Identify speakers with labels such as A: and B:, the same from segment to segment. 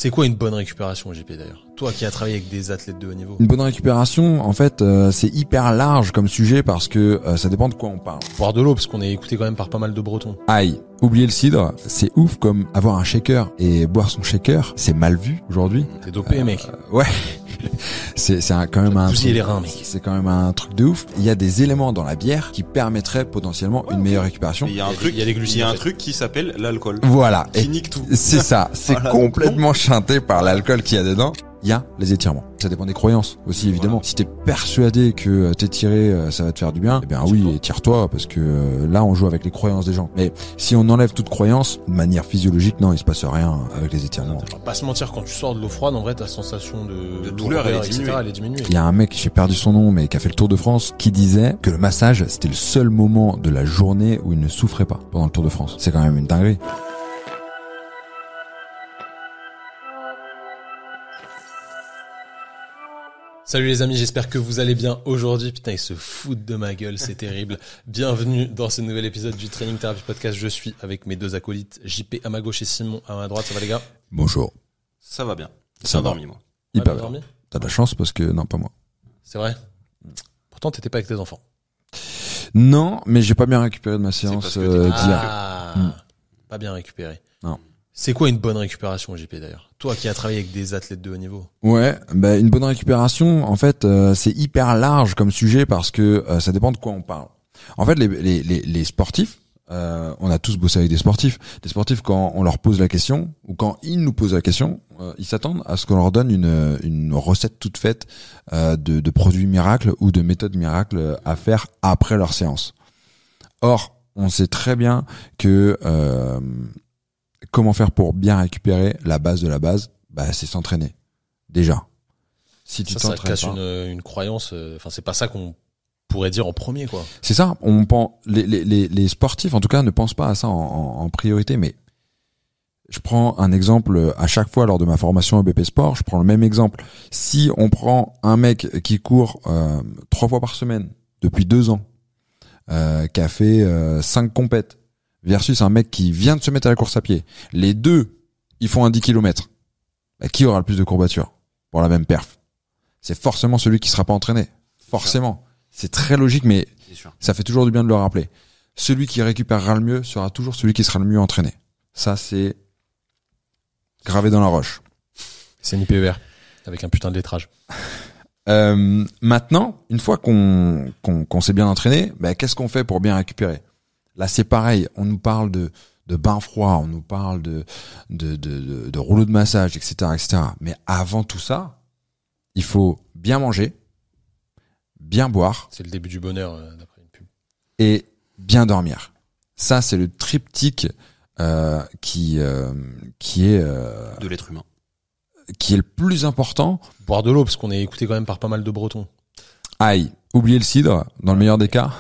A: C'est quoi une bonne récupération, JP, d'ailleurs? Toi qui as travaillé avec des athlètes de haut niveau.
B: Une bonne récupération, en fait, c'est hyper large comme sujet parce que ça dépend de quoi on parle.
A: Boire de l'eau, parce qu'on est écouté quand même par pas mal de Bretons.
B: Aïe, oublier le cidre, c'est ouf comme avoir un shaker et boire son shaker, c'est mal vu aujourd'hui.
A: T'es dopé, mec.
B: Ouais. Quand même un
A: Bousiller les reins, mec.
B: C'est quand même un truc de ouf. Il y a des éléments dans la bière qui permettraient potentiellement une meilleure récupération.
C: Il y a un truc, truc qui s'appelle l'alcool.
B: Voilà.
C: Qui nique tout.
B: C'est ça. C'est
C: voilà,
B: complètement chanté par l'alcool qu'il y a dedans. Il y a les étirements. Ça dépend des croyances aussi, évidemment. Voilà. Si t'es persuadé que t'étirer, ça va te faire du bien, eh bien oui, étire-toi, parce que là, on joue avec les croyances des gens. Mais si on enlève toute croyance, de manière physiologique, non, il se passe rien avec les étirements.
A: On va pas se mentir, quand tu sors de l'eau froide, en vrai, ta sensation de
C: douleur, elle est
A: diminuée.
B: Il y a un mec, j'ai perdu son nom, mais qui a fait le Tour de France, qui disait que le massage, c'était le seul moment de la journée où il ne souffrait pas pendant le Tour de France. C'est quand même une dinguerie.
A: Salut les amis, j'espère que vous allez bien aujourd'hui. Putain, ils se foutent de ma gueule, c'est terrible. Bienvenue dans ce nouvel épisode du Training Therapy Podcast. Je suis avec mes deux acolytes, JP à ma gauche et Simon à ma droite. Ça va les gars?
B: Bonjour.
C: Ça va bien.
B: Ça va.
C: Dormi moi.
B: Hyper bien. T'as de la chance parce que non, pas moi.
A: C'est vrai? Pourtant, t'étais pas avec tes enfants.
B: Non, mais j'ai pas bien récupéré de ma séance d'hier.
A: Pas bien récupéré.
B: Non.
A: C'est quoi une bonne récupération, JP, d'ailleurs? Toi qui as travaillé avec des athlètes de haut niveau.
B: Ouais, une bonne récupération, en fait, c'est hyper large comme sujet parce que ça dépend de quoi on parle. En fait, les sportifs, on a tous bossé avec des sportifs. Des sportifs, quand on leur pose la question ou quand ils nous posent la question, ils s'attendent à ce qu'on leur donne une recette toute faite de produits miracles ou de méthodes miracles à faire après leur séance. Or, on sait très bien que comment faire pour bien récupérer la base de la base, c'est s'entraîner. Déjà. Si tu t'entraînes pas.
A: Ça casse une croyance, c'est pas ça qu'on pourrait dire en premier, quoi.
B: C'est ça. On pense, les sportifs, en tout cas, ne pensent pas à ça en priorité, mais je prends un exemple à chaque fois lors de ma formation au BP Sport, je prends le même exemple. Si on prend un mec qui court 3 fois par semaine depuis 2 ans, qui a fait 5 compètes, versus un mec qui vient de se mettre à la course à pied. Les deux, ils font un 10 km. Qui aura le plus de courbatures pour la même perf? C'est forcément celui qui sera pas entraîné. Forcément. C'est très logique, mais ça fait toujours du bien de le rappeler. Celui qui récupérera le mieux sera toujours celui qui sera le mieux entraîné. Ça, c'est gravé dans la roche.
A: C'est une IPER avec un putain de lettrage.
B: Maintenant, une fois qu'on s'est bien entraîné, qu'est-ce qu'on fait pour bien récupérer? Là, c'est pareil. On nous parle de bain froid, on nous parle de rouleau de massage, etc., etc. Mais avant tout ça, il faut bien manger, bien boire.
A: C'est le début du bonheur, d'après une pub.
B: Et bien dormir. Ça, c'est le triptyque qui est
C: de l'être humain,
B: qui est le plus important.
A: Boire de l'eau, parce qu'on est écouté quand même par pas mal de Bretons.
B: Aïe, oublier le cidre dans le meilleur des cas.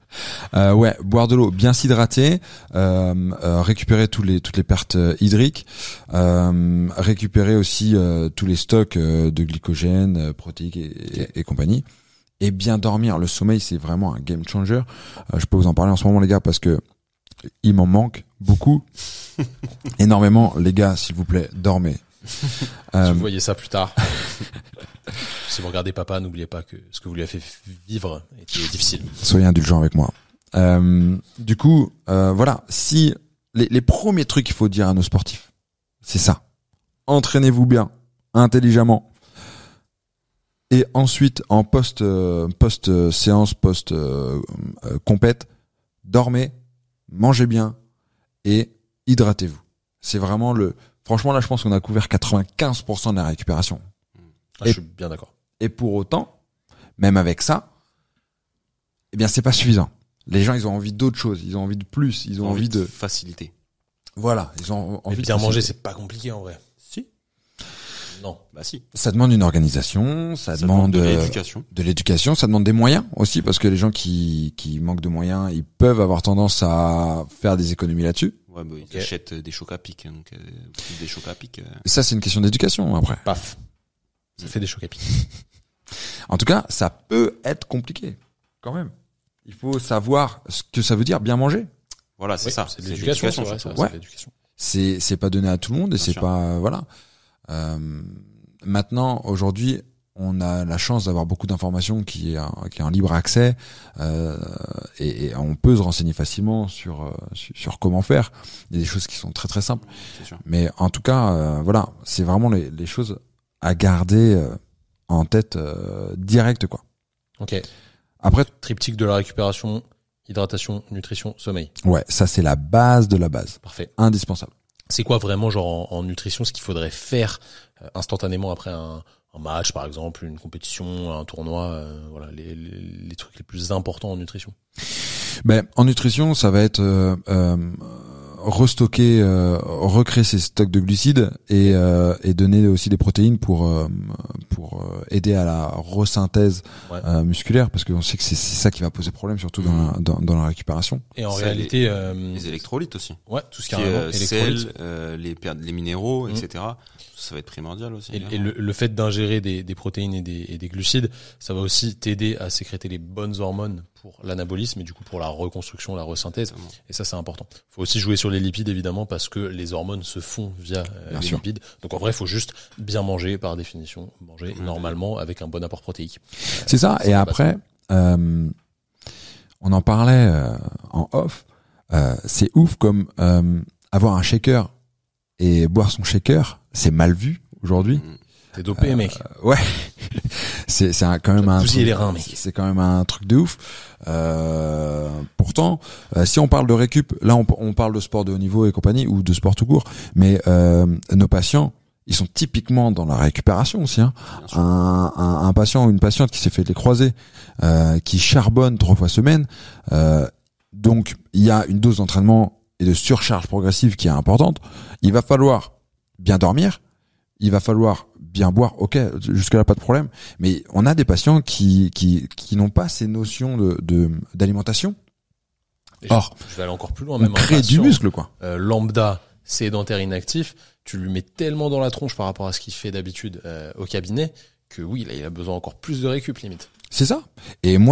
B: Boire de l'eau, bien s'hydrater, récupérer toutes les pertes hydriques, récupérer aussi tous les stocks de glycogène, protéiques et compagnie, et bien dormir. Le sommeil, c'est vraiment un game changer. Je peux vous en parler en ce moment, les gars, parce que il m'en manque beaucoup, énormément. Les gars, s'il vous plaît, dormez.
A: Si vous voyez ça plus tard. Si vous regardez papa, n'oubliez pas que ce que vous lui avez fait vivre était difficile.
B: Soyez indulgents avec moi. Du coup, voilà. Si les premiers trucs qu'il faut dire à nos sportifs, c'est ça. Entraînez-vous bien, intelligemment. Et ensuite, en post séance, compète, dormez, mangez bien et hydratez-vous. C'est vraiment franchement, là, je pense qu'on a couvert 95% de la récupération.
A: Je suis bien d'accord.
B: Et pour autant, même avec ça, c'est pas suffisant. Les gens, ils ont envie d'autre chose, ils ont envie de plus, ils ont envie de
C: facilité.
B: Voilà, ils ont envie
A: de bien manger, c'est pas compliqué en vrai.
C: Si. Non, si.
B: Ça demande une organisation, ça demande
C: de l'éducation.
B: De l'éducation, ça demande des moyens aussi, parce que les gens qui manquent de moyens, ils peuvent avoir tendance à faire des économies là-dessus.
C: Ouais, ils achètent des chocs à pic, donc des chocs à pic.
B: Ça, c'est une question d'éducation après.
A: Paf. Ça fait des chocs à pic.
B: En tout cas, ça peut être compliqué, quand même. Il faut savoir ce que ça veut dire bien manger.
C: Voilà, c'est ça.
A: C'est de l'éducation, c'est vrai,
B: c'est pas donné à tout le monde et c'est pas, voilà. Maintenant, aujourd'hui, on a la chance d'avoir beaucoup d'informations qui est en libre accès, et on peut se renseigner facilement sur comment faire. Il y a des choses qui sont très très simples.
C: C'est sûr.
B: Mais en tout cas, voilà, c'est vraiment les choses à garder en tête direct, quoi.
A: Ok.
B: Après,
A: Triptyque de la récupération, hydratation, nutrition, sommeil.
B: ouais, ça c'est la base de la base,
A: Parfait.
B: indispensable.
A: C'est quoi vraiment, genre, en nutrition, ce qu'il faudrait faire instantanément après un match, par exemple, une compétition, un tournoi, voilà, les trucs les plus importants en nutrition.
B: Ben, en nutrition, ça va être restocker, recréer ses stocks de glucides et donner aussi des protéines pour aider à la resynthèse musculaire, parce qu'on sait que c'est ça qui va poser problème, surtout dans la récupération.
A: Et en
C: Ça,
A: réalité,
C: les électrolytes aussi.
A: ouais, tout ce qui
C: Qui
A: est
C: est
A: électrolytes.
C: sel, les minéraux, etc. Ça va être primordial aussi.
A: Et le fait d'ingérer des protéines et des glucides, ça va aussi t'aider à sécréter les bonnes hormones pour l'anabolisme et du coup pour la reconstruction, la resynthèse.
C: Exactement.
A: Et ça, c'est important. Faut aussi jouer sur les lipides, évidemment, parce que les hormones se font via
B: Bien
A: les
B: sûr.
A: lipides. Donc en vrai, il faut juste bien manger, par définition. Manger normalement avec un bon apport protéique.
B: C'est ça.
A: c'est
B: Et
A: la
B: après, on en parlait en off. C'est ouf comme avoir un shaker et boire son shaker, c'est mal vu aujourd'hui.
A: T'es dopé, mec.
B: Ouais, c'est quand même un
A: Bousiller
B: truc,
A: les reins, mec.
B: c'est quand même un truc de ouf. Pourtant, si on parle de récup, là on parle de sport de haut niveau et compagnie, ou de sport tout court, mais nos patients, ils sont typiquement dans la récupération aussi. Hein. Un patient ou une patiente qui s'est fait les croisés, qui charbonne 3 fois semaine, donc il y a une dose d'entraînement et de surcharge progressive qui est importante. Il va falloir bien dormir, il va falloir bien boire, ok, jusque là pas de problème, mais on a des patients qui n'ont pas ces notions d'alimentation. Or,
A: je vais aller encore plus loin,
B: on
A: même un
B: crée du
A: patient,
B: muscle, quoi.
A: Lambda, sédentaire, inactif, tu lui mets tellement dans la tronche par rapport à ce qu'il fait d'habitude au cabinet que oui, là, il a besoin encore plus de récup, limite.
B: C'est ça. Et moi,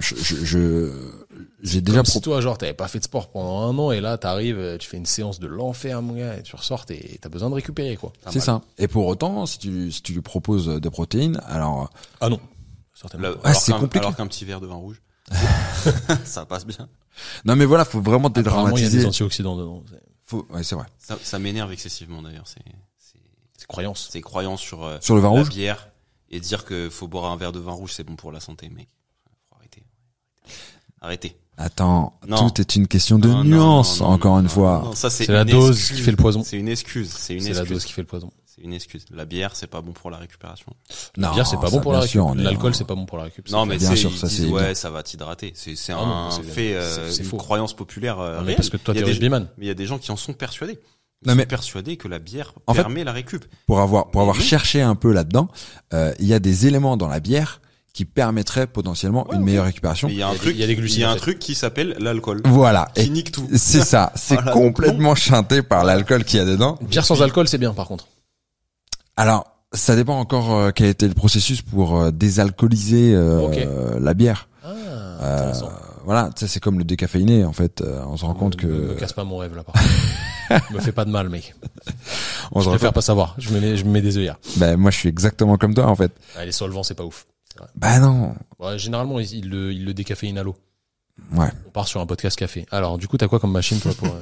B: j'ai déjà
A: Comme si toi, genre, t'avais pas fait de sport pendant 1 an et là, t'arrives, tu fais une séance de l'enfer, mon gars, et tu ressors et t'as besoin de récupérer, quoi.
B: c'est ça. Et pour autant, si tu lui proposes des protéines, alors
A: Ah non. Certainement.
C: Là,
B: Ah, c'est compliqué.
C: alors qu'un petit verre de vin rouge, ça passe bien.
B: non mais voilà, faut vraiment
A: Apparemment, il y a des
B: dédramatiser.
A: antioxydants dedans.
B: Ouais, c'est vrai.
C: Ça m'énerve excessivement d'ailleurs.
A: C'est croyance.
C: C'est croyance sur
B: Sur le vin
C: la
B: rouge.
C: bière et dire que faut boire un verre de vin rouge, c'est bon pour la santé, mec. Faut arrêter.
B: Attends,
C: Non.
B: tout est une question de
C: Non,
B: nuance,
C: non, non,
B: encore
C: non,
B: une
C: non,
B: fois.
C: non, ça
A: C'est la dose qui fait le poison.
C: C'est une excuse. C'est
A: C'est la dose qui fait le poison.
C: C'est une excuse. La bière, c'est pas bon pour la récupération.
A: La bière, c'est pas bon pour la
B: bien sûr,
A: récup.
B: on est-
A: L'alcool, c'est pas bon pour la récup.
C: Non, mais
B: Bien
C: c'est,
B: sûr,
C: ils
B: ça,
C: disent,
B: c'est
C: ouais,
B: bien.
C: ça va t'hydrater. C'est
A: Ah non,
C: un
A: c'est-
C: fait,
A: c'est
C: une
A: faux.
C: croyance populaire.
A: Non, mais
C: réelle.
A: parce que toi,
C: Il y
A: t'es
C: a des-
A: rugbyman.
C: Mais il y a des gens qui en sont persuadés. Ils
B: Non,
C: sont
B: mais-
C: persuadés que la bière
B: En fait-
C: permet la récup.
B: Pour avoir
C: Mais non.
B: cherché un peu là-dedans, il y a des éléments dans la bière qui permettraient potentiellement
C: Ouais,
B: une
C: ok.
B: meilleure récupération.
C: Mais il y a un
A: Il y a des-
C: truc,
A: il y a des glucides,
C: il y a
A: en
C: un
A: fait.
C: truc qui s'appelle l'alcool.
B: Voilà.
C: Qui
B: Et
C: nique tout.
B: c'est ça. C'est
C: Voilà.
B: complètement chanté par l'alcool qu'il y a dedans.
A: Bière sans alcool, c'est bien, par contre.
B: Alors, ça dépend encore quel était le processus pour désalcooliser
A: Ok.
B: la bière.
A: Ah, intéressant.
B: Voilà, tu sais, c'est comme le décaféiné en fait. On se rend compte que
A: Me casse pas mon rêve, là, par contre. Me fais pas de mal, mec.
B: on se
A: Je
B: rend
A: préfère
B: compte.
A: pas savoir. Je me mets des œillères.
B: Ben moi, je suis exactement comme toi en fait.
A: Ah, les solvants, c'est pas ouf. C'est vrai.
B: Ben non.
A: Ouais, généralement, il le décaféine à l'eau.
B: Ouais.
A: On part sur un podcast café. Alors, du coup, t'as quoi comme machine, toi, pour...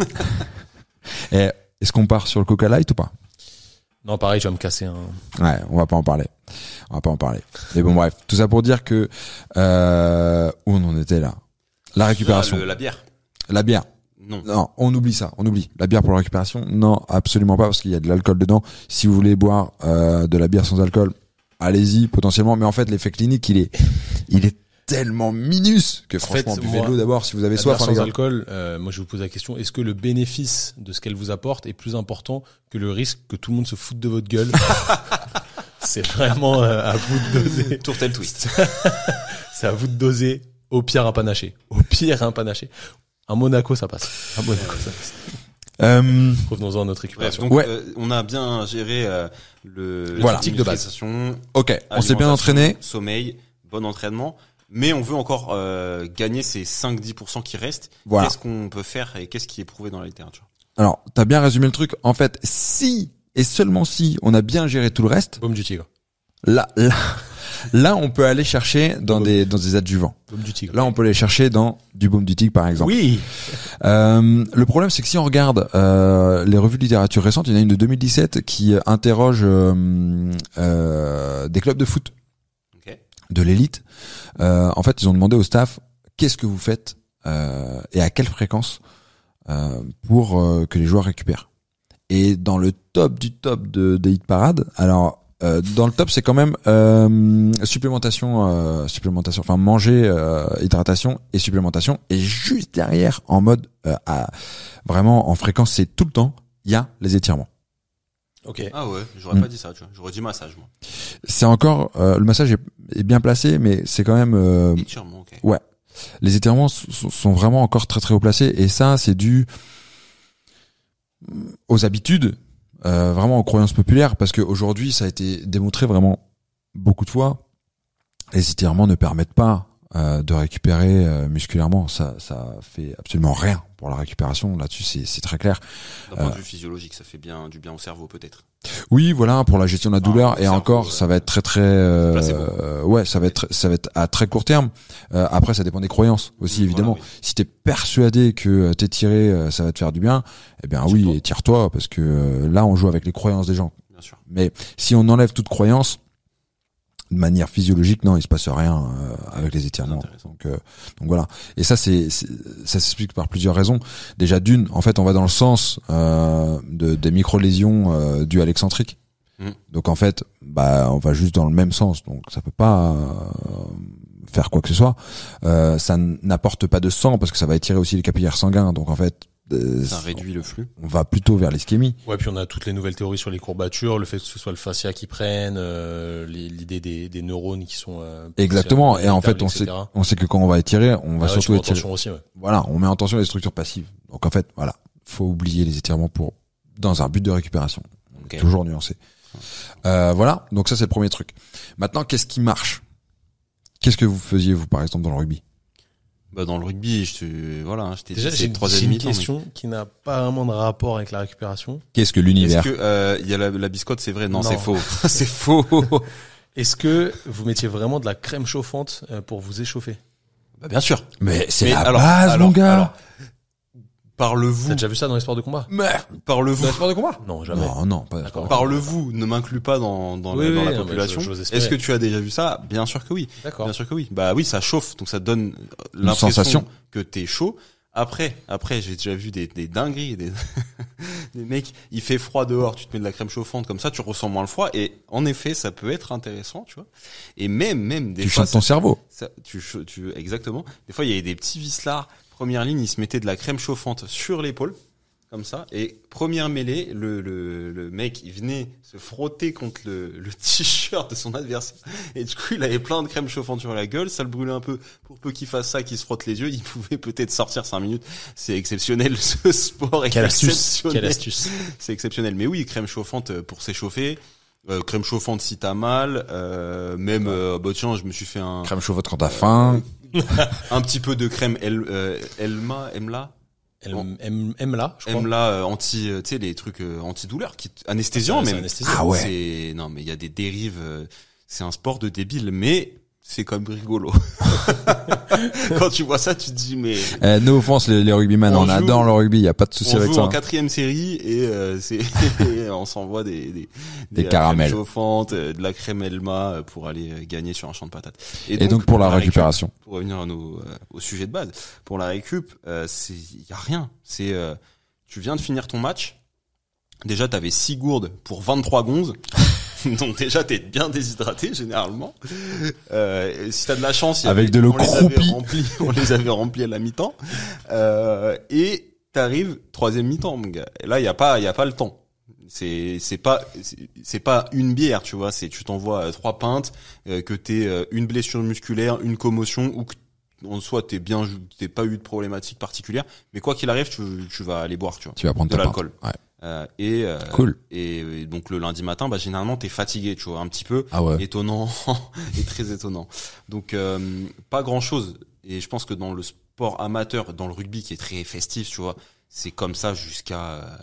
B: Et est-ce qu'on part sur le Coca Light ou pas?
A: Non, pareil, tu vas me casser un...
B: Ouais, on va pas en parler. Mais bon, bref, tout ça pour dire que où on en était là. La récupération,
C: La bière.
B: la bière.
C: Non.
B: Non, on oublie ça, on oublie. La bière pour la récupération, non, absolument pas, parce qu'il y a de l'alcool dedans. Si vous voulez boire de la bière sans alcool, allez-y, potentiellement. Mais en fait, l'effet clinique, il est tellement minus que franchement,
A: fait,
B: buvez
A: moi,
B: de l'eau d'abord si vous avez
A: La
B: soif.
A: bière
B: hein, les
A: sans
B: gars.
A: alcool, moi, je vous pose la question, est-ce que le bénéfice de ce qu'elle vous apporte est plus important que le risque que tout le monde se foute de votre gueule? C'est vraiment à vous de doser.
C: Tourtel twist.
A: C'est à vous de doser. Au pire, un panaché. Au pire, un panaché. Un Monaco, ça passe. Un Monaco, ça passe. Revenons-en à notre
C: Bref,
A: récupération.
C: donc
B: Ouais.
C: On a bien géré le
B: Voilà.
A: Type de base.
C: nutrition,
B: Ok, on s'est bien
C: alimentation,
B: entraîné.
C: sommeil, bon entraînement, mais on veut encore gagner ces 5-10% qui restent.
B: Voilà.
C: Qu'est-ce qu'on peut faire et qu'est-ce qui est prouvé dans la littérature?
B: Alors, t'as bien résumé le truc. En fait, si et seulement si on a bien géré tout le reste,
A: Baume du tigre.
B: là, on peut aller chercher dans des adjuvants.
A: Baume du tigre.
B: Là, on peut aller chercher dans du baume du tigre, par exemple.
A: Oui.
B: Le problème, c'est que si on regarde les revues de littérature récentes, il y en a une de 2017 qui interroge des clubs de foot, de l'élite. En fait, ils ont demandé au staff qu'est-ce que vous faites et à quelle fréquence pour que les joueurs récupèrent. Et dans le top du top des hit parades, alors dans le top, c'est quand même supplémentation, enfin manger, hydratation et supplémentation. Et juste derrière, en mode vraiment en fréquence, c'est tout le temps, il y a les étirements.
A: Ok.
C: Ah ouais, j'aurais pas dit ça, tu vois. J'aurais dit massage, moi.
B: C'est encore le massage est bien placé, mais c'est quand même
C: Étirement, ok.
B: ouais. Les étirements sont vraiment encore très très haut placés, et ça, c'est dû aux habitudes. Vraiment aux croyances populaires, parce qu'aujourd'hui ça a été démontré vraiment beaucoup de fois, les étirements ne permettent pas de récupérer musculairement, ça fait absolument rien pour la récupération, là-dessus c'est très clair.
C: D'un point de vue physiologique, ça fait du bien au cerveau peut-être.
B: Oui, voilà, pour la gestion de la douleur, et
C: cerveau,
B: encore ça va être très ouais, ça va être à très court terme. Après ça dépend des croyances aussi, évidemment.
C: Voilà, oui.
B: Si t'es persuadé que t'étirer ça va te faire du bien, eh bien oui, étire-toi, parce que là on joue avec les croyances des gens.
C: Bien sûr.
B: Mais si on enlève toute croyance, de manière physiologique, non, il se passe rien avec les étirements. Donc voilà. Et ça ça s'explique par plusieurs raisons. Déjà d'une, en fait, on va dans le sens des micro-lésions dues à l'excentrique. Donc en fait, on va juste dans le même sens. Donc ça peut pas faire quoi que ce soit. Ça n'apporte pas de sang parce que ça va étirer aussi les capillaires sanguins. Donc en fait,
C: ça réduit le flux.
B: On va plutôt vers l'ischémie.
A: Ouais, puis on a toutes les nouvelles théories sur les courbatures, le fait que ce soit le fascia qui prenne, l'idée des neurones qui sont
B: exactement. Et en fait, on sait que quand on va étirer, on va surtout étirer.
A: Aussi, ouais.
B: Voilà, on met en tension les structures passives. Donc en fait, voilà, faut oublier les étirements dans un but de récupération. Okay. Toujours nuancé. Voilà, donc ça c'est le premier truc. Maintenant, qu'est-ce qui marche? Qu'est-ce que vous faisiez vous par exemple dans le rugby?
C: Dans le rugby, je t'ai
A: déjà,
C: dit
A: j'ai
C: troisième
A: une
C: mi-temps.
A: question qui n'a pas vraiment de rapport avec la récupération.
B: Qu'est-ce que l'univers?
C: Est-ce que il y a la biscotte, c'est vrai? Non, c'est faux. C'est faux.
A: Est-ce que vous mettiez vraiment de la crème chauffante pour vous échauffer?
C: Bien sûr.
B: Mais c'est la base, mon gars.
C: Alors, parle-vous.
A: T'as déjà vu ça dans les sports de combat?
C: Parle-vous.
A: Dans les sports de combat? Non, jamais.
B: Non, pas d'accord.
C: Parle-vous ne m'inclut pas dans la population. Est-ce que tu as déjà vu ça? Bien sûr que oui.
A: D'accord.
C: Bien sûr que oui. Bah oui, ça chauffe, donc ça donne l'impression que t'es chaud. Après, j'ai déjà vu des dingueries, des mecs, il fait froid dehors, tu te mets de la crème chauffante comme ça, tu ressens moins le froid, et en effet, ça peut être intéressant, tu vois. Et même des fois.
B: Tu chantes ton cerveau.
C: Exactement. Des fois, il y avait des petits vislards. Première ligne, il se mettait de la crème chauffante sur l'épaule, comme ça, et première mêlée, le mec, il venait se frotter contre le t-shirt de son adversaire, et du coup, il avait plein de crème chauffante sur la gueule, ça le brûlait un peu, pour peu qu'il fasse ça, qu'il se frotte les yeux, il pouvait peut-être sortir 5 minutes, c'est exceptionnel, ce sport est exceptionnel.
A: Quelle astuce.
C: C'est exceptionnel, mais oui, crème chauffante pour s'échauffer, crème chauffante si t'as mal, tiens, je me suis fait un...
B: Crème chauffante quand t'as faim.
C: Un petit peu de crème Emla,
A: je crois.
C: Emla anti, tu sais, les trucs antidouleurs, anesthésiants, même.
B: Ah ouais.
C: Non, mais il y a des dérives, c'est un sport de débile, mais c'est quand même rigolo. Quand tu vois ça, tu te dis, mais...
B: no offense, les rugbymen, on adore le rugby, y a pas de souci avec ça.
C: On joue en 4e série et on s'envoie des
B: caramels
C: chauffantes, de la crème Elma pour aller gagner sur un champ de patates.
B: Et donc pour la récupération.
C: Pour revenir au sujet de base, pour la récup, y a rien. Tu viens de finir ton match. Déjà, t'avais 6 gourdes pour 23 gonzes. Donc déjà, t'es bien déshydraté, généralement. Si t'as de la chance,
B: avec de l'eau croupie.
C: On les avait remplis à la mi-temps. Et t'arrives 3e mi-temps, mon gars. Et là, y a pas le temps. C'est pas une bière, tu vois. Tu t'envoies 3 pintes, que t'aies une blessure musculaire, une commotion, ou que en soi t'es pas eu de problématique particulière. Mais quoi qu'il arrive, tu vas aller boire, tu vois.
B: Tu vas prendre
C: de
B: ta
C: l'alcool.
B: Ouais.
C: Cool. Et donc le lundi matin, généralement t'es fatigué, tu vois, un petit peu.
B: Ah ouais.
C: Étonnant et très étonnant. Donc pas grand chose. Et je pense que dans le sport amateur, dans le rugby qui est très festif, tu vois, c'est comme ça jusqu'à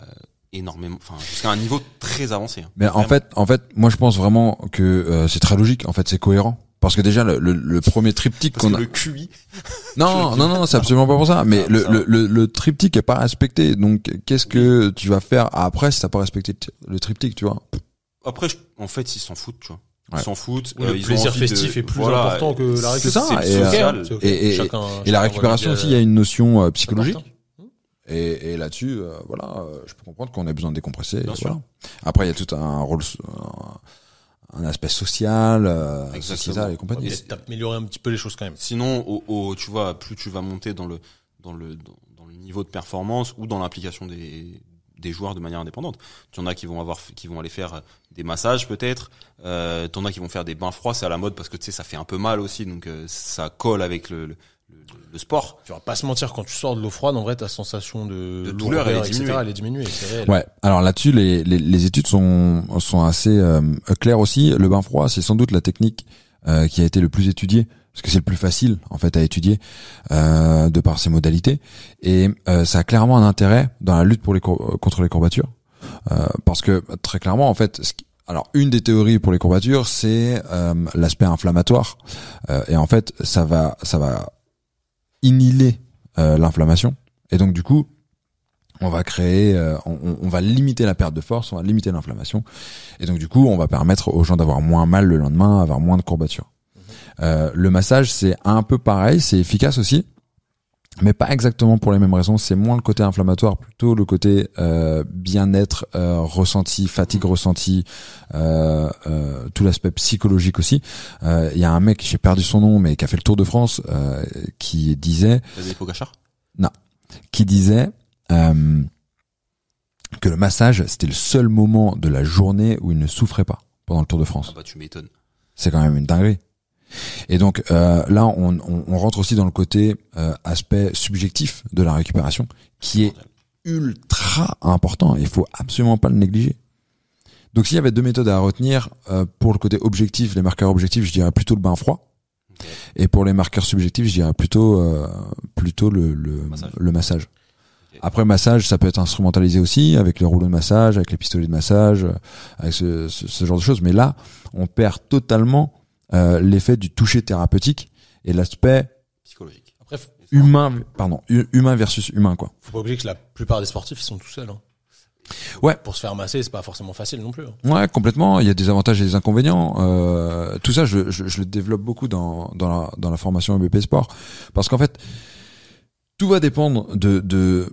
C: énormément, enfin jusqu'à un niveau très avancé.
B: Mais en fait, moi je pense vraiment que c'est très logique. En fait, c'est cohérent. Parce que déjà le premier triptyque
C: parce
B: qu'on
C: que
B: a.
C: le QI.
B: Non, c'est absolument pas pour ça. Mais le triptyque est pas respecté. Donc qu'est-ce que tu vas faire après si t'as pas respecté le triptyque, tu vois?
C: Après, en fait, ils s'en foutent, tu vois. Ils
B: Ouais.
C: s'en foutent.
A: Le
C: Ils ont
A: plaisir
C: envie
A: festif
C: de...
A: est plus
C: voilà,
A: important que la
B: c'est
A: récupération.
B: ça,
C: C'est
B: et,
C: social.
A: C'est ok.
B: et
A: Chacun
B: la récupération
A: voit
B: aussi, il y a une notion psychologique.
A: important.
B: Et là-dessus, je peux comprendre qu'on ait besoin de décompresser.
C: Bien sûr.
B: Voilà. Après, il y a tout un rôle, un aspect social, sociétal et compagnie.
A: Et d'améliorer un petit peu les choses quand même.
C: Sinon, tu vois, plus tu vas monter dans le niveau de performance ou dans l'implication des joueurs de manière indépendante. Tu en as qui vont aller faire des massages peut-être. T'en as qui vont faire des bains froids. C'est à la mode parce que tu sais, ça fait un peu mal aussi, donc ça colle avec le sport.
A: Tu vas pas se mentir, quand tu sors de l'eau froide, en vrai, ta sensation de
C: douleur, elle est
A: etc.,
C: diminuée.
A: elle est diminuée, c'est réel.
B: Ouais. Alors là-dessus, les études sont assez claires aussi. Le bain froid, c'est sans doute la technique qui a été le plus étudiée, parce que c'est le plus facile en fait à étudier de par ses modalités, et ça a clairement un intérêt dans la lutte contre les courbatures, parce que très clairement en fait, alors une des théories pour les courbatures, c'est l'aspect inflammatoire, et en fait ça va inhiber l'inflammation, et donc du coup on va créer, on va limiter la perte de force, on va limiter l'inflammation, et donc du coup on va permettre aux gens d'avoir moins mal le lendemain, avoir moins de courbatures. Le massage, c'est un peu pareil, c'est efficace aussi, mais pas exactement pour les mêmes raisons. C'est moins le côté inflammatoire, plutôt le côté bien-être ressenti, fatigue ressentie, tout l'aspect psychologique aussi. Il y a un mec, j'ai perdu son nom, mais qui a fait le Tour de France, qui disait que le massage, c'était le seul moment de la journée où il ne souffrait pas pendant le Tour de France.
C: Ah bah tu m'étonnes.
B: C'est quand même une dinguerie. Et donc là, on rentre aussi dans le côté aspect subjectif de la récupération, qui est ultra important. Il faut absolument pas le négliger. Donc s'il y avait deux méthodes à retenir, pour le côté objectif, les marqueurs objectifs, je dirais plutôt le bain froid. Okay. Et pour les marqueurs subjectifs, je dirais plutôt le massage. Okay. Après, massage, ça peut être instrumentalisé aussi avec les rouleaux de massage, avec les pistolets de massage, avec ce genre de choses. Mais là, on perd totalement l'effet du toucher thérapeutique et l'aspect
C: psychologique.
A: Après,
B: humain versus humain, quoi.
A: Faut pas oublier que la plupart des sportifs, ils sont tout seuls, hein.
B: Ouais.
A: Pour se faire masser, c'est pas forcément facile non plus, hein.
B: Ouais, complètement. Il y a des avantages et des inconvénients. Tout ça, je le développe beaucoup dans la formation EBP Sport, parce qu'en fait, tout va dépendre du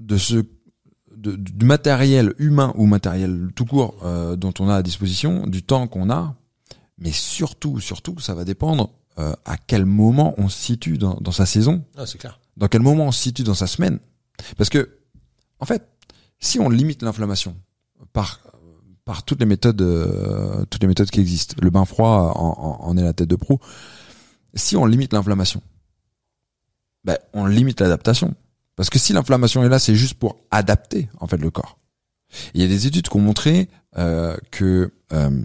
B: matériel humain ou matériel tout court dont on a à disposition, du temps qu'on a, mais surtout, ça va dépendre à quel moment on se situe dans sa saison.
A: Ah, c'est clair.
B: Dans quel moment on se situe dans sa semaine. Parce que, en fait, si on limite l'inflammation par toutes les méthodes qui existent, le bain froid en est la tête de proue. Si on limite l'inflammation, ben on limite l'adaptation. Parce que si l'inflammation est là, c'est juste pour adapter en fait le corps. Il y a des études qui ont montré que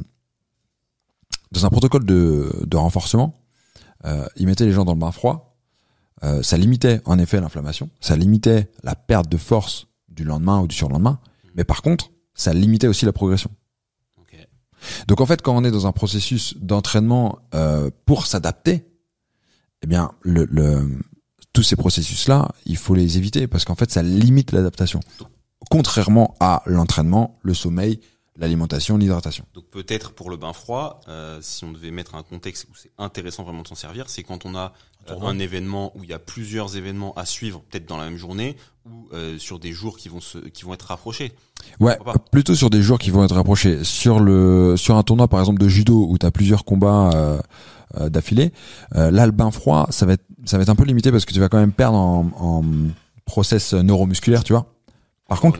B: dans un protocole de renforcement, ils mettaient les gens dans le bain froid. Ça limitait en effet l'inflammation, ça limitait la perte de force du lendemain ou du surlendemain, mais par contre, ça limitait aussi la progression.
C: Okay.
B: Donc en fait, quand on est dans un processus d'entraînement pour s'adapter, eh bien tous ces processus-là, il faut les éviter parce qu'en fait, ça limite l'adaptation. Contrairement à l'entraînement, le sommeil, l'alimentation, l'hydratation.
C: Donc peut-être pour le bain froid, si on devait mettre un contexte où c'est intéressant vraiment de s'en servir, c'est quand on a un événement où il y a plusieurs événements à suivre, peut-être dans la même journée, ou sur des jours qui vont être rapprochés.
B: Ouais, plutôt sur des jours qui vont être rapprochés. Sur un tournoi par exemple de judo où tu as plusieurs combats d'affilée, là le bain froid, ça va être un peu limité parce que tu vas quand même perdre en process neuromusculaire, tu vois. Par contre,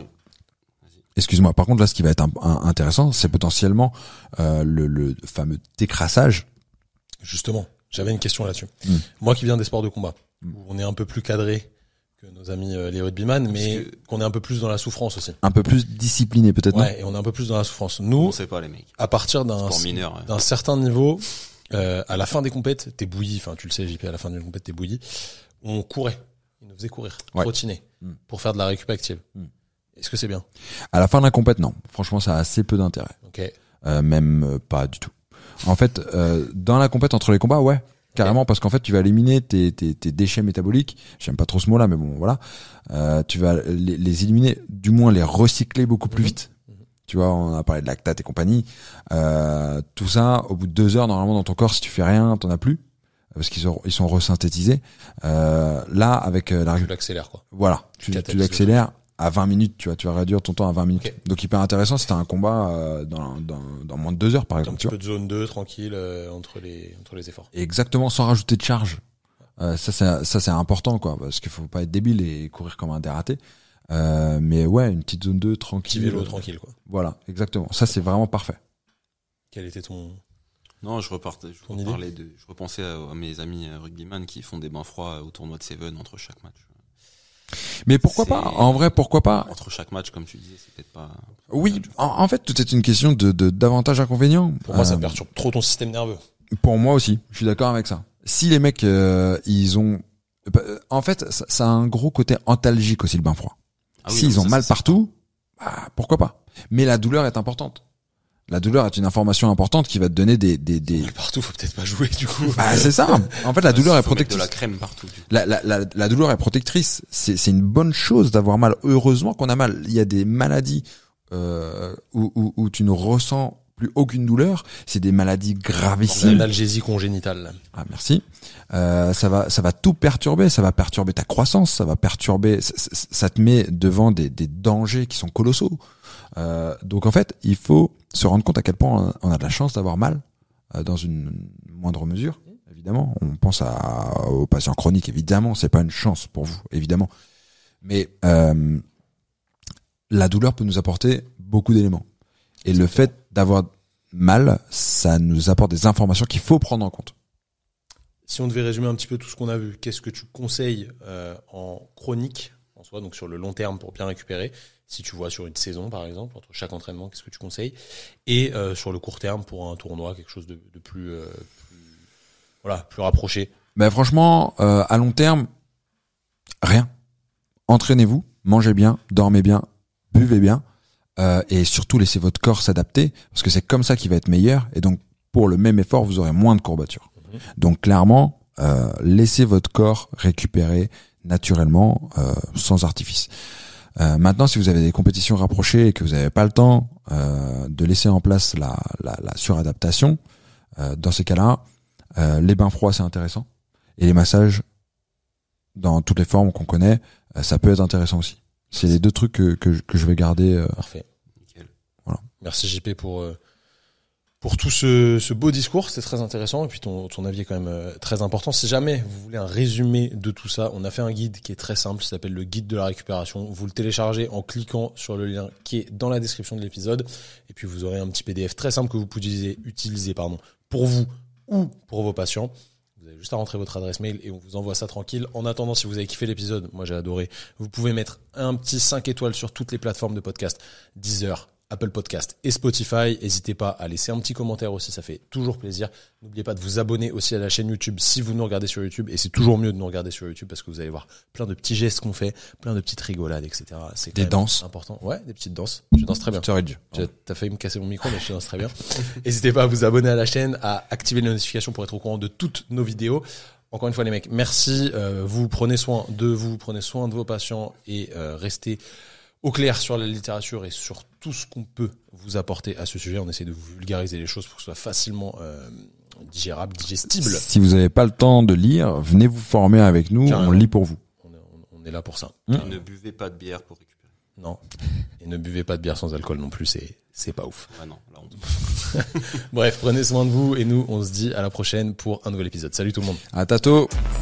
B: là, ce qui va être intéressant, c'est potentiellement le fameux décrassage.
A: Justement, j'avais une question là-dessus. Moi qui viens des sports de combat, où on est un peu plus cadré que nos amis les rugbyman, mais qu'on est un peu plus dans la souffrance aussi.
B: Un peu plus discipliné peut-être.
A: Ouais, et on est un peu plus dans la souffrance. Nous,
C: on sait pas les mecs.
A: À partir d'un certain niveau, à la fin des compètes, t'es bouilli. Enfin, tu le sais, JP, à la fin d'une compète, t'es bouilli. On courait. Ils nous faisaient courir, trottiner, pour faire de la récup active. Est-ce que c'est bien?
B: À la fin d'un compète, non. Franchement, ça a assez peu d'intérêt.
A: Ok.
B: Même pas du tout. En fait, dans la compète entre les combats, ouais. Carrément, parce qu'en fait, tu vas éliminer tes déchets métaboliques. J'aime pas trop ce mot-là, mais bon, voilà. Tu vas les éliminer, du moins les recycler beaucoup plus vite. Tu vois, on a parlé de lactate et compagnie. Tout ça, au bout de 2 heures, normalement, dans ton corps, si tu fais rien, t'en as plus. Parce qu'ils sont resynthétisés. Là, avec la
A: Tu l'accélères, quoi.
B: voilà. Tu l'accélères à 20 minutes, tu vas réduire ton temps à 20 minutes.
A: Okay.
B: Donc, hyper intéressant, c'était un combat, dans moins de 2 heures, par exemple.
A: Un petit peu de zone 2, tranquille, entre les efforts.
B: Exactement, sans rajouter de charge. Ça c'est important, quoi, parce qu'il faut pas être débile et courir comme un dératé. Mais ouais, une petite zone 2 tranquille.
A: Petit vélo tranquille, quoi.
B: Voilà, exactement. Ça c'est vraiment parfait.
A: Quel était ton...
C: Non, je repensais à mes amis rugbyman qui font des bains froids au tournoi de Seven entre chaque match.
B: Mais pourquoi pas? En vrai, pourquoi pas?
C: Entre chaque match, comme tu disais, c'est peut-être pas...
B: Oui, en fait, tout est une question de d'avantages inconvénients.
A: Pour moi, ça perturbe trop ton système nerveux.
B: Pour moi aussi, je suis d'accord avec ça. Si les mecs, ils ont... En fait, ça a un gros côté antalgique aussi, le bain froid.
C: Ah oui,
B: S'ils ont mal partout, bah, pourquoi pas? Mais la douleur est importante. La douleur est une information importante qui va te donner des...
A: Partout, faut peut-être pas jouer, du coup.
B: Bah, c'est ça. En fait, la douleur est
C: Faut mettre
B: protectrice.
C: de la crème partout.
B: La douleur est protectrice. C'est une bonne chose d'avoir mal. Heureusement qu'on a mal. Il y a des maladies, où tu ne ressens plus aucune douleur. C'est des maladies gravissimes.
A: L'analgésie congénitale.
B: Ah, merci. Ça va tout perturber. Ça va perturber ta croissance. Ça va perturber, ça te met devant des dangers qui sont colossaux. Donc en fait, il faut se rendre compte à quel point on a de la chance d'avoir mal, dans une moindre mesure. Évidemment, on pense aux patients chroniques. Évidemment, c'est pas une chance pour vous, évidemment. Mais la douleur peut nous apporter beaucoup d'éléments. Et le fait d'avoir mal, ça nous apporte des informations qu'il faut prendre en compte.
A: Si on devait résumer un petit peu tout ce qu'on a vu, qu'est-ce que tu conseilles en chronique, en soi, donc sur le long terme pour bien récupérer? Si tu vois sur une saison, par exemple, entre chaque entraînement, qu'est-ce que tu conseilles? Et sur le court terme, pour un tournoi, quelque chose de plus, plus rapproché.
B: Ben franchement, à long terme, rien. Entraînez-vous, mangez bien, dormez bien, buvez bien, et surtout laissez votre corps s'adapter, parce que c'est comme ça qu'il va être meilleur. Et donc, pour le même effort, vous aurez moins de courbatures. Donc, clairement, laissez votre corps récupérer naturellement, sans artifice. Maintenant, si vous avez des compétitions rapprochées et que vous n'avez pas le temps de laisser en place la suradaptation, dans ces cas-là, les bains froids c'est intéressant, et les massages dans toutes les formes qu'on connaît, ça peut être intéressant aussi. C'est les 2 trucs que je vais garder.
A: Parfait.
C: Nickel.
B: Voilà.
A: Merci JP pour tout ce beau discours, c'est très intéressant, et puis ton avis est quand même très important. Si jamais vous voulez un résumé de tout ça, on a fait un guide qui est très simple, qui s'appelle le guide de la récupération. Vous le téléchargez en cliquant sur le lien qui est dans la description de l'épisode, et puis vous aurez un petit PDF très simple que vous pouvez utiliser pour vous ou pour vos patients. Vous avez juste à rentrer votre adresse mail et on vous envoie ça tranquille. En attendant, si vous avez kiffé l'épisode, moi j'ai adoré, vous pouvez mettre un petit 5 étoiles sur toutes les plateformes de podcast, Deezer, Apple Podcast et Spotify. N'hésitez pas à laisser un petit commentaire aussi, ça fait toujours plaisir. N'oubliez pas de vous abonner aussi à la chaîne YouTube si vous nous regardez sur YouTube, et c'est toujours mieux de nous regarder sur YouTube parce que vous allez voir plein de petits gestes qu'on fait, plein de petites rigolades, etc. C'est
B: des danses
A: important. Ouais, des petites danses. Je danse très bien. T'as failli me casser mon micro, mais je danse très bien. N'hésitez pas à vous abonner à la chaîne, à activer les notifications pour être au courant de toutes nos vidéos. Encore une fois les mecs, merci. Vous prenez soin de vous, prenez soin de vos patients, et restez au clair sur la littérature et sur tout ce qu'on peut vous apporter à ce sujet. On essaie de vous vulgariser les choses pour que ce soit facilement digérable, digestible.
B: Si vous n'avez pas le temps de lire, venez vous former avec nous. Carrément. On lit pour vous.
A: On est là pour ça.
C: Et ne buvez pas de bière pour récupérer.
A: Non. Et ne buvez pas de bière sans alcool non plus, c'est pas ouf.
C: Ah non, là on...
A: Bref, prenez soin de vous, et nous on se dit à la prochaine pour un nouvel épisode. Salut tout le monde.
B: À tantôt.